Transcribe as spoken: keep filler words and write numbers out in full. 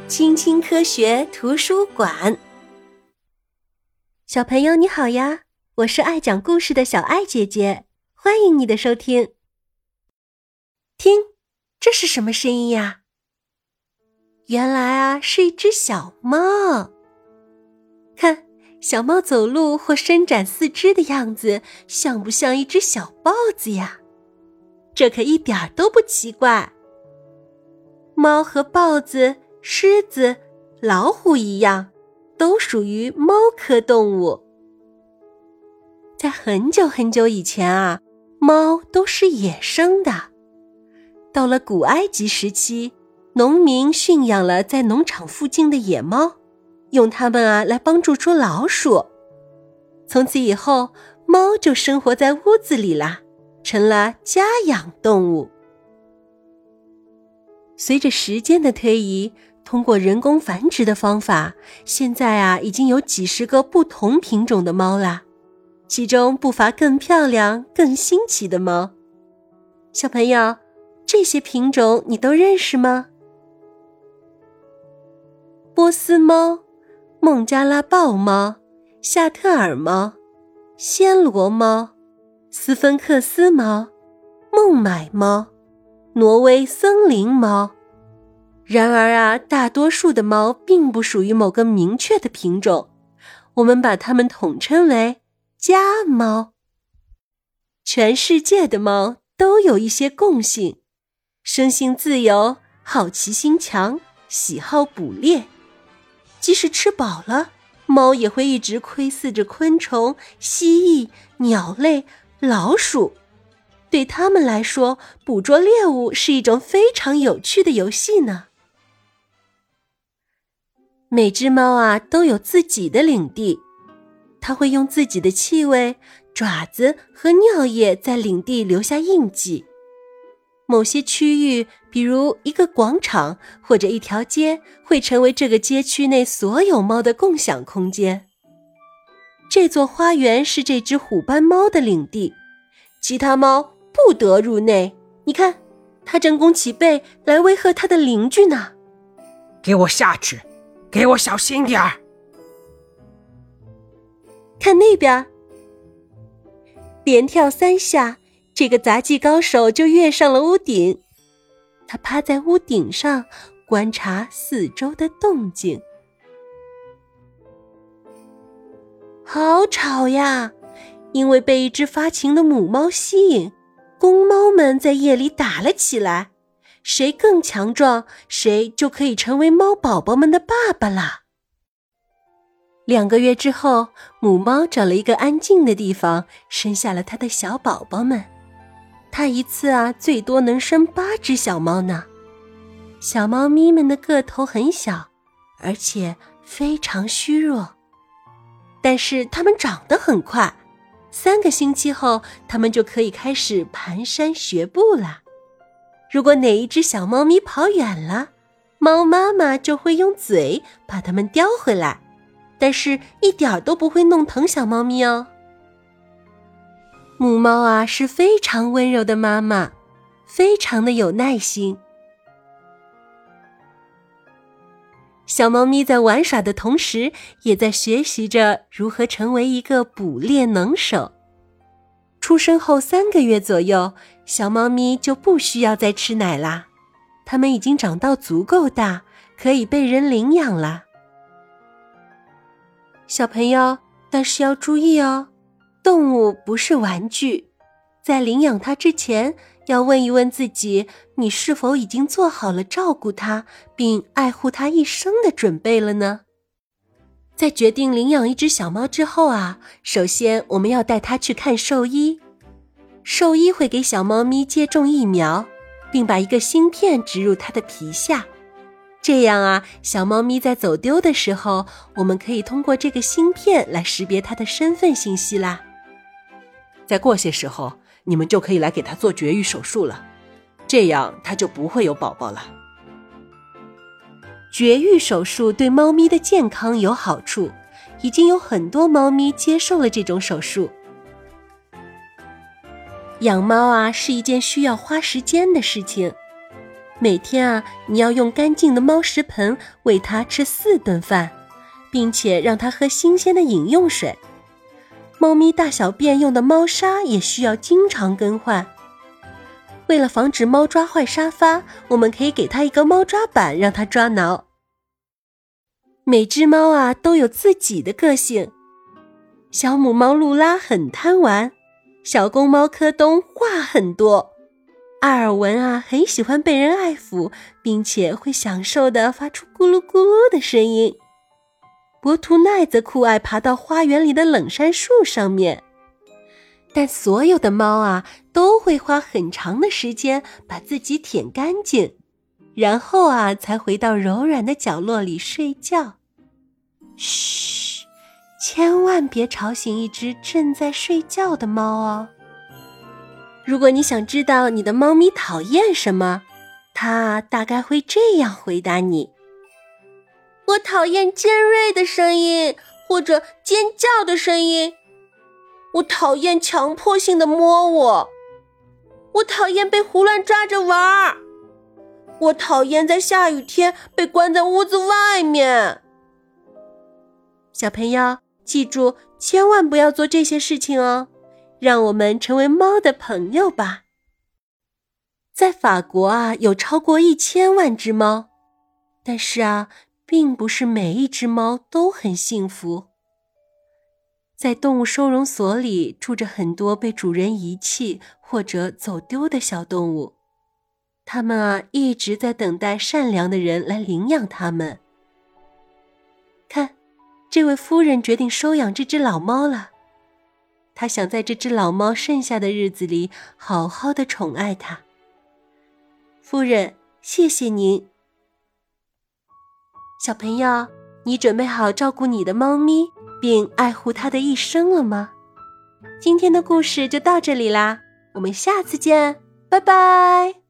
青青科学图书馆。小朋友你好呀，我是爱讲故事的小爱姐姐，欢迎你的收听。听，这是什么声音呀？原来啊，是一只小猫。看，小猫走路或伸展四肢的样子，像不像一只小豹子呀？这可一点都不奇怪。猫和豹子、狮子、老虎一样，都属于猫科动物。在很久很久以前啊，猫都是野生的。到了古埃及时期，农民驯养了在农场附近的野猫，用它们啊来帮助捉老鼠。从此以后，猫就生活在屋子里啦，成了家养动物。随着时间的推移，通过人工繁殖的方法，现在啊已经有几十个不同品种的猫啦，其中不乏更漂亮、更新奇的猫。小朋友，这些品种你都认识吗？波斯猫、孟加拉豹猫、夏特尔猫、暹罗猫、斯芬克斯猫、孟买猫、挪威森林猫。然而啊，大多数的猫并不属于某个明确的品种，我们把它们统称为家猫。全世界的猫都有一些共性：生性自由，好奇心强，喜好捕猎。即使吃饱了，猫也会一直窥视着昆虫、蜥蜴、鸟类、老鼠。对它们来说，捕捉猎物是一种非常有趣的游戏呢。每只猫啊都有自己的领地，它会用自己的气味、爪子和尿液在领地留下印记。某些区域，比如一个广场或者一条街，会成为这个街区内所有猫的共享空间。这座花园是这只虎斑猫的领地，其他猫不得入内。你看，它正弓起背来威吓它的邻居呢。 给我下去，给我小心点儿！ 看那边，连跳三下，这个杂技高手就跃上了屋顶。他趴在屋顶上，观察四周的动静。好吵呀！因为被一只发情的母猫吸引，公猫们在夜里打了起来。谁更强壮，谁就可以成为猫宝宝们的爸爸啦。两个月之后，母猫找了一个安静的地方，生下了它的小宝宝们。它一次啊，最多能生八只小猫呢。小猫咪们的个头很小，而且非常虚弱，但是它们长得很快。三个星期后，它们就可以开始蹒跚学步了。如果哪一只小猫咪跑远了，猫妈妈就会用嘴把它们叼回来，但是一点都不会弄疼小猫咪哦。母猫啊是非常温柔的妈妈，非常的有耐心。小猫咪在玩耍的同时，也在学习着如何成为一个捕猎能手。出生后三个月左右，小猫咪就不需要再吃奶啦，它们已经长到足够大，可以被人领养啦。小朋友，但是要注意哦，动物不是玩具，在领养它之前，要问一问自己，你是否已经做好了照顾它，并爱护它一生的准备了呢？在决定领养一只小猫之后啊，首先我们要带它去看兽医。兽医会给小猫咪接种疫苗，并把一个芯片植入它的皮下。这样啊，小猫咪在走丢的时候，我们可以通过这个芯片来识别它的身份信息啦。 再过些时候，你们就可以来给它做绝育手术了，这样它就不会有宝宝了。 绝育手术对猫咪的健康有好处，已经有很多猫咪接受了这种手术。养猫啊，是一件需要花时间的事情。 每天啊，你要用干净的猫食盆喂它吃四顿饭，并且让它喝新鲜的饮用水。猫咪大小便用的猫砂也需要经常更换。为了防止猫抓坏沙发，我们可以给它一个猫抓板，让它抓挠。每只猫啊都有自己的个性。小母猫露拉很贪玩，小公猫柯东话很多。阿尔文啊很喜欢被人爱抚，并且会享受地发出咕噜咕噜的声音。博图奈则酷爱爬到花园里的冷杉树上面。但所有的猫啊都会花很长的时间把自己舔干净，然后啊才回到柔软的角落里睡觉。嘘，千万别吵醒一只正在睡觉的猫哦。如果你想知道你的猫咪讨厌什么，它大概会这样回答你：我讨厌尖锐的声音，或者尖叫的声音。我讨厌强迫性的摸我。我讨厌被胡乱抓着玩。我讨厌在下雨天被关在屋子外面。小朋友，记住，千万不要做这些事情哦。让我们成为猫的朋友吧。在法国啊，有超过一千万只猫，但是啊，并不是每一只猫都很幸福。在动物收容所里住着很多被主人遗弃或者走丢的小动物，它们啊一直在等待善良的人来领养它们。看，这位夫人决定收养这只老猫了。她想在这只老猫剩下的日子里好好的宠爱它。夫人，谢谢您。小朋友，你准备好照顾你的猫咪并爱护它的一生了吗？今天的故事就到这里啦，我们下次见，拜拜。